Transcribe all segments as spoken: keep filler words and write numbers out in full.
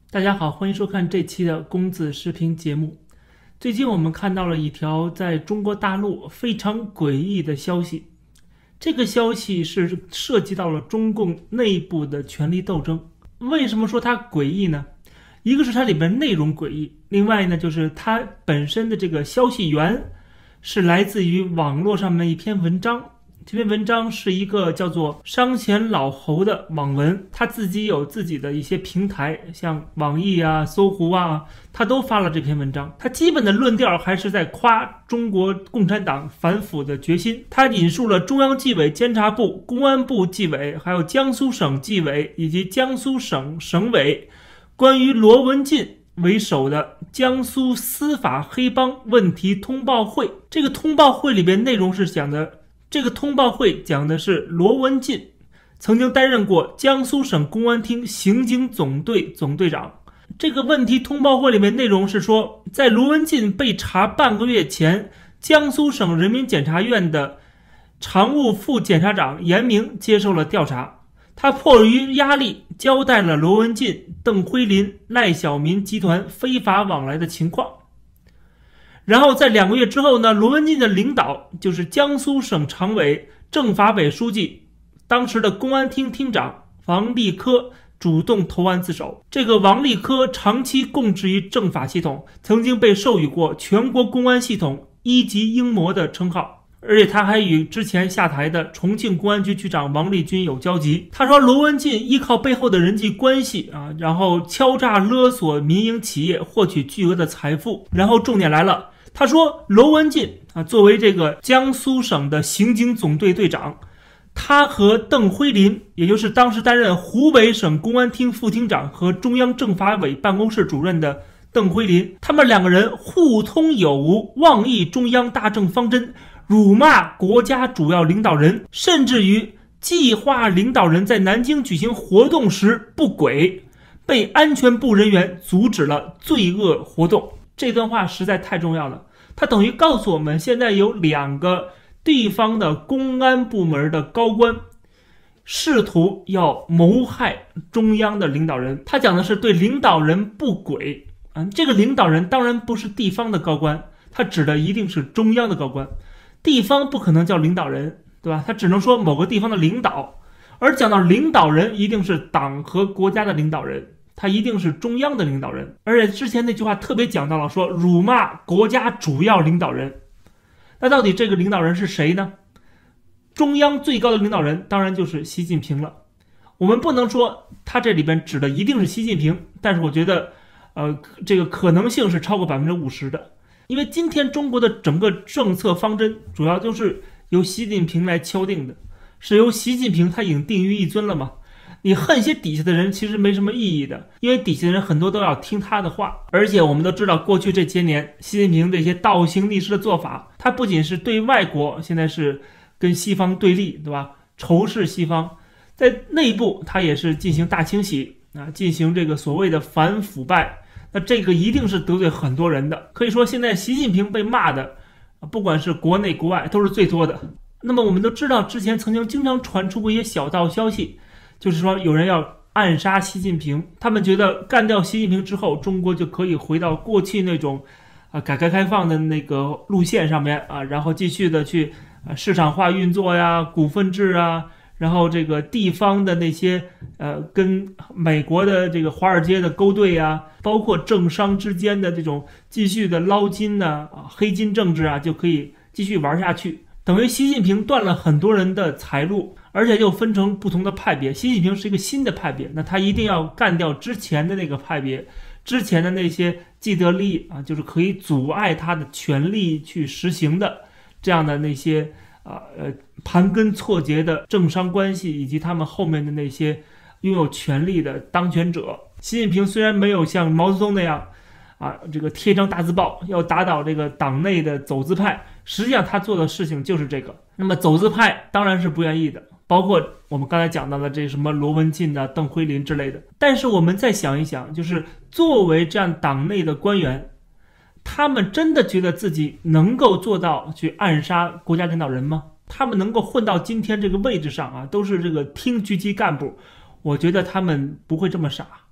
大家好，欢迎收看这期的公子视频节目。最近我们看到了一条在中国大陆非常诡异的消息，这个消息是涉及到了中共内部的权力斗争。为什么说它诡异呢？一个是它里边内容诡异，另外呢就是它本身的这个消息源是来自于网络上面一篇文章。这篇文章是一个叫做商贤老侯的网文，他自己有自己的一些平台，像网易啊、搜狐啊，他都发了这篇文章。他基本的论调还是在夸中国共产党反腐的决心。他引述了中央纪委监察部、公安部纪委，还有江苏省纪委以及江苏省省委关于罗文进为首的江苏司法黑帮问题通报会。这个通报会里边内容是讲的，这个通报会讲的是罗文进曾经担任过江苏省公安厅刑警总队总队长。这个问题通报会里面内容是说，在罗文进被查半个月前，江苏省人民检察院的常务副检察长严明接受了调查，他迫于压力交代了罗文进、邓辉林、赖小民集团非法往来的情况。然后在两个月之后呢，罗文进的领导就是江苏省常委、政法委书记，当时的公安厅厅长王立科主动投案自首。这个王立科长期供职于政法系统，曾经被授予过全国公安系统一级英模的称号，而且他还与之前下台的重庆公安局局长王立军有交集。他说罗文进依靠背后的人际关系啊，然后敲诈勒索民营企业，获取巨额的财富。然后重点来了，他说罗文进啊，作为这个江苏省的刑警总队队长，他和邓辉林，也就是当时担任湖北省公安厅副厅长和中央政法委办公室主任的邓辉林，他们两个人互通有无，妄议中央大政方针，辱骂国家主要领导人，甚至于计划领导人在南京举行活动时不轨，被安全部人员阻止了罪恶活动。这段话实在太重要了，它等于告诉我们，现在有两个地方的公安部门的高官试图要谋害中央的领导人。他讲的是对领导人不轨啊，这个领导人当然不是地方的高官，他指的一定是中央的高官。地方不可能叫领导人，对吧？他只能说某个地方的领导，而讲到领导人，一定是党和国家的领导人，他一定是中央的领导人。而且之前那句话特别讲到了，说辱骂国家主要领导人。那到底这个领导人是谁呢？中央最高的领导人当然就是习近平了。我们不能说他这里边指的一定是习近平，但是我觉得呃，这个可能性是超过百分之五十的。因为今天中国的整个政策方针主要就是由习近平来敲定的，是由习近平他已经定于一尊了嘛。你恨些底下的人其实没什么意义的，因为底下的人很多都要听他的话。而且我们都知道，过去这些年习近平这些倒行逆施的做法，他不仅是对外国现在是跟西方对立，对吧？仇视西方，在内部他也是进行大清洗啊，进行这个所谓的反腐败。那这个一定是得罪很多人的，可以说现在习近平被骂的，不管是国内国外都是最多的。那么我们都知道，之前曾经经常传出过一些小道消息，就是说有人要暗杀习近平，他们觉得干掉习近平之后，中国就可以回到过去那种啊改革开放的那个路线上面啊，然后继续的去啊市场化运作呀、股份制啊，然后这个地方的那些呃跟美国的这个华尔街的勾兑啊，包括政商之间的这种继续的捞金呢啊黑金政治啊，就可以继续玩下去。等于习近平断了很多人的财路，而且又分成不同的派别。习近平是一个新的派别，那他一定要干掉之前的那个派别，之前的那些既得利益啊，就是可以阻碍他的权力去实行的这样的那些啊呃盘根错节的政商关系，以及他们后面的那些拥有权力的当权者。习近平虽然没有像毛泽东那样啊这个贴张大字报要打倒这个党内的走资派，实际上他做的事情就是这个。那么走资派当然是不愿意的，包括我们刚才讲到的这什么罗文进啊、邓辉林之类的。但是我们再想一想，就是作为这样党内的官员，他们真的觉得自己能够做到去暗杀国家领导人吗？他们能够混到今天这个位置上啊，都是这个厅局级干部，我觉得他们不会这么傻。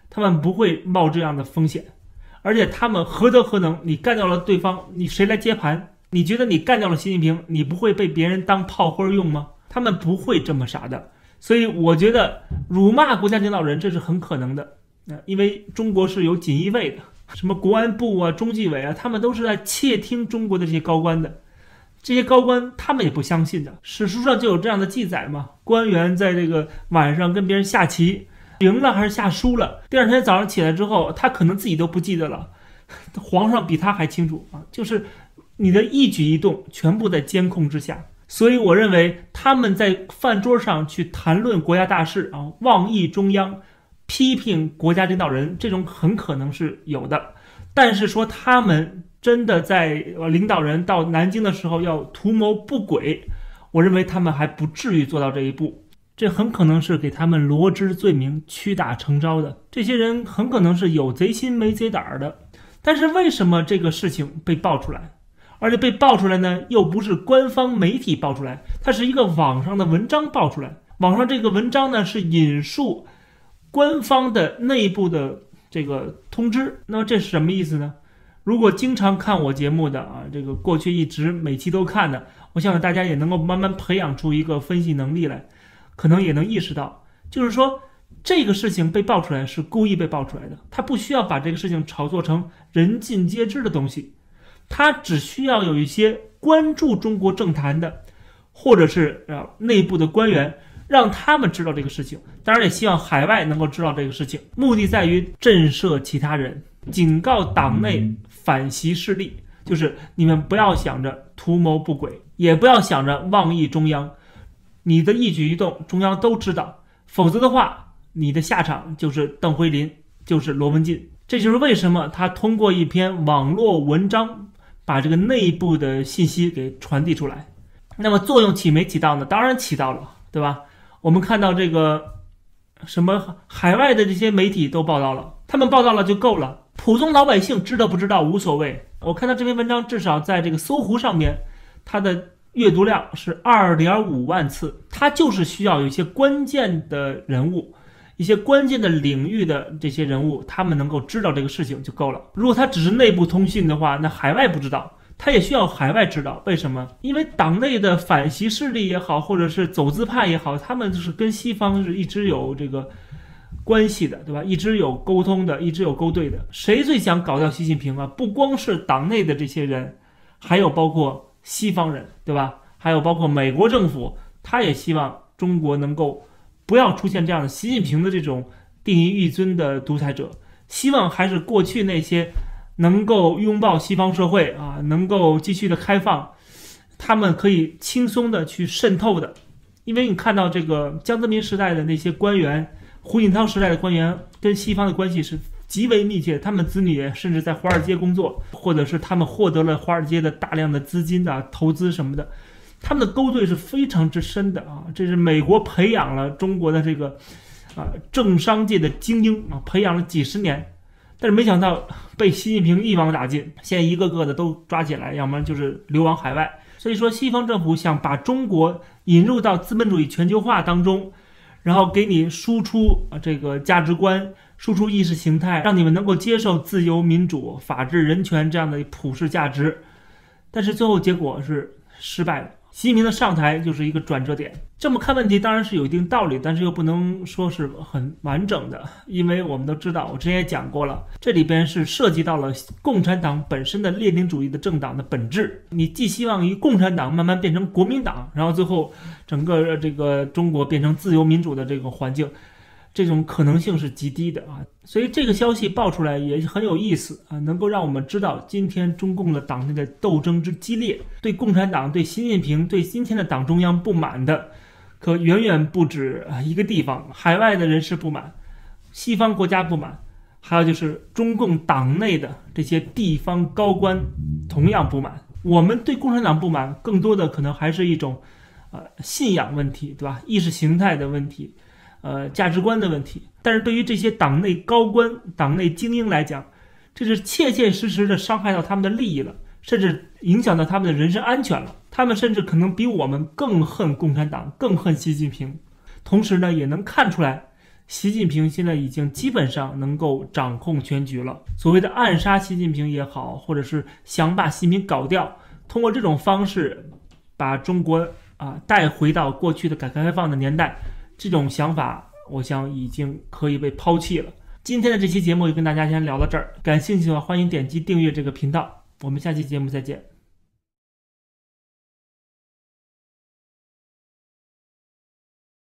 他们不会冒这样的风险，而且他们何德何能？你干掉了对方，你谁来接盘？你觉得你干掉了习近平，你不会被别人当炮灰用吗？他们不会这么傻的。所以我觉得辱骂国家领导人这是很可能的，因为中国是有锦衣卫的，什么国安部啊、中纪委啊，他们都是在窃听中国的这些高官的。这些高官他们也不相信的，史书上就有这样的记载嘛，官员在这个晚上跟别人下棋，赢了还是下输了，第二天早上起来之后，他可能自己都不记得了，皇上比他还清楚啊，就是你的一举一动全部在监控之下。所以我认为他们在饭桌上去谈论国家大事啊，妄议中央，批评国家领导人，这种很可能是有的。但是说他们真的在领导人到南京的时候要图谋不轨，我认为他们还不至于做到这一步。这很可能是给他们罗织罪名，屈打成招的。这些人很可能是有贼心没贼胆的。但是为什么这个事情被爆出来？而且被爆出来呢，又不是官方媒体爆出来，它是一个网上的文章爆出来。网上这个文章呢，是引述官方的内部的这个通知。那么这是什么意思呢？如果经常看我节目的啊，这个过去一直每期都看的，我相信大家也能够慢慢培养出一个分析能力来，可能也能意识到，就是说这个事情被爆出来是故意被爆出来的，他不需要把这个事情炒作成人尽皆知的东西。他只需要有一些关注中国政坛的，或者是呃内部的官员，让他们知道这个事情。当然也希望海外能够知道这个事情，目的在于震慑其他人，警告党内反习势力，就是你们不要想着图谋不轨，也不要想着妄议中央，你的一举一动中央都知道，否则的话你的下场就是邓辉林，就是罗文进。这就是为什么他通过一篇网络文章把这个内部的信息给传递出来。那么作用起没起到呢？当然起到了，对吧？我们看到这个什么海外的这些媒体都报道了，他们报道了就够了，普通老百姓知道不知道无所谓。我看到这篇文章至少在这个搜狐上面，它的阅读量是 二点五万次，它就是需要有一些关键的人物，一些关键的领域的这些人物，他们能够知道这个事情就够了。如果他只是内部通信的话，那海外不知道，他也需要海外知道。为什么？因为党内的反习势力也好，或者是走资派也好，他们是跟西方是一直有这个关系的，对吧？一直有沟通的，一直有勾兑的。谁最想搞掉习近平啊？不光是党内的这些人，还有包括西方人，对吧？还有包括美国政府，他也希望中国能够不要出现这样的习近平的这种定于一尊的独裁者，希望还是过去那些能够拥抱西方社会啊，能够继续的开放，他们可以轻松的去渗透的。因为你看到这个江泽民时代的那些官员，胡锦涛时代的官员跟西方的关系是极为密切的，他们子女甚至在华尔街工作，或者是他们获得了华尔街的大量的资金啊、投资什么的，他们的勾兑是非常之深的啊！这是美国培养了中国的这个啊政商界的精英啊，培养了几十年，但是没想到被习近平一网打尽，现在一个个的都抓起来，要么就是流亡海外。所以说，西方政府想把中国引入到资本主义全球化当中，然后给你输出这个价值观，输出意识形态，让你们能够接受自由、民主、法治、人权这样的普世价值，但是最后结果是失败的。习近平的上台就是一个转折点。这么看问题当然是有一定道理，但是又不能说是很完整的，因为我们都知道，我之前也讲过了，这里边是涉及到了共产党本身的列宁主义的政党的本质。你寄希望于共产党慢慢变成国民党，然后最后整个这个中国变成自由民主的这个环境，这种可能性是极低的啊。所以这个消息爆出来也很有意思啊，能够让我们知道今天中共的党内的斗争之激烈，对共产党、对习近平、对今天的党中央不满的可远远不止一个地方。海外的人士不满，西方国家不满，还有就是中共党内的这些地方高官同样不满。我们对共产党不满，更多的可能还是一种呃信仰问题，对吧？意识形态的问题，呃，价值观的问题。但是对于这些党内高官、党内精英来讲，这是切切实实的伤害到他们的利益了，甚至影响到他们的人身安全了。他们甚至可能比我们更恨共产党，更恨习近平。同时呢，也能看出来， 习近平现在已经基本上能够掌控全局了。所谓的暗杀习近平也好，或者是想把习近平搞掉，通过这种方式把中国啊带回到过去的改革开放的年代，这种想法我想已经可以被抛弃了。今天的这期节目就跟大家先聊到这儿，感兴趣的话欢迎点击订阅这个频道，我们下期节目再见。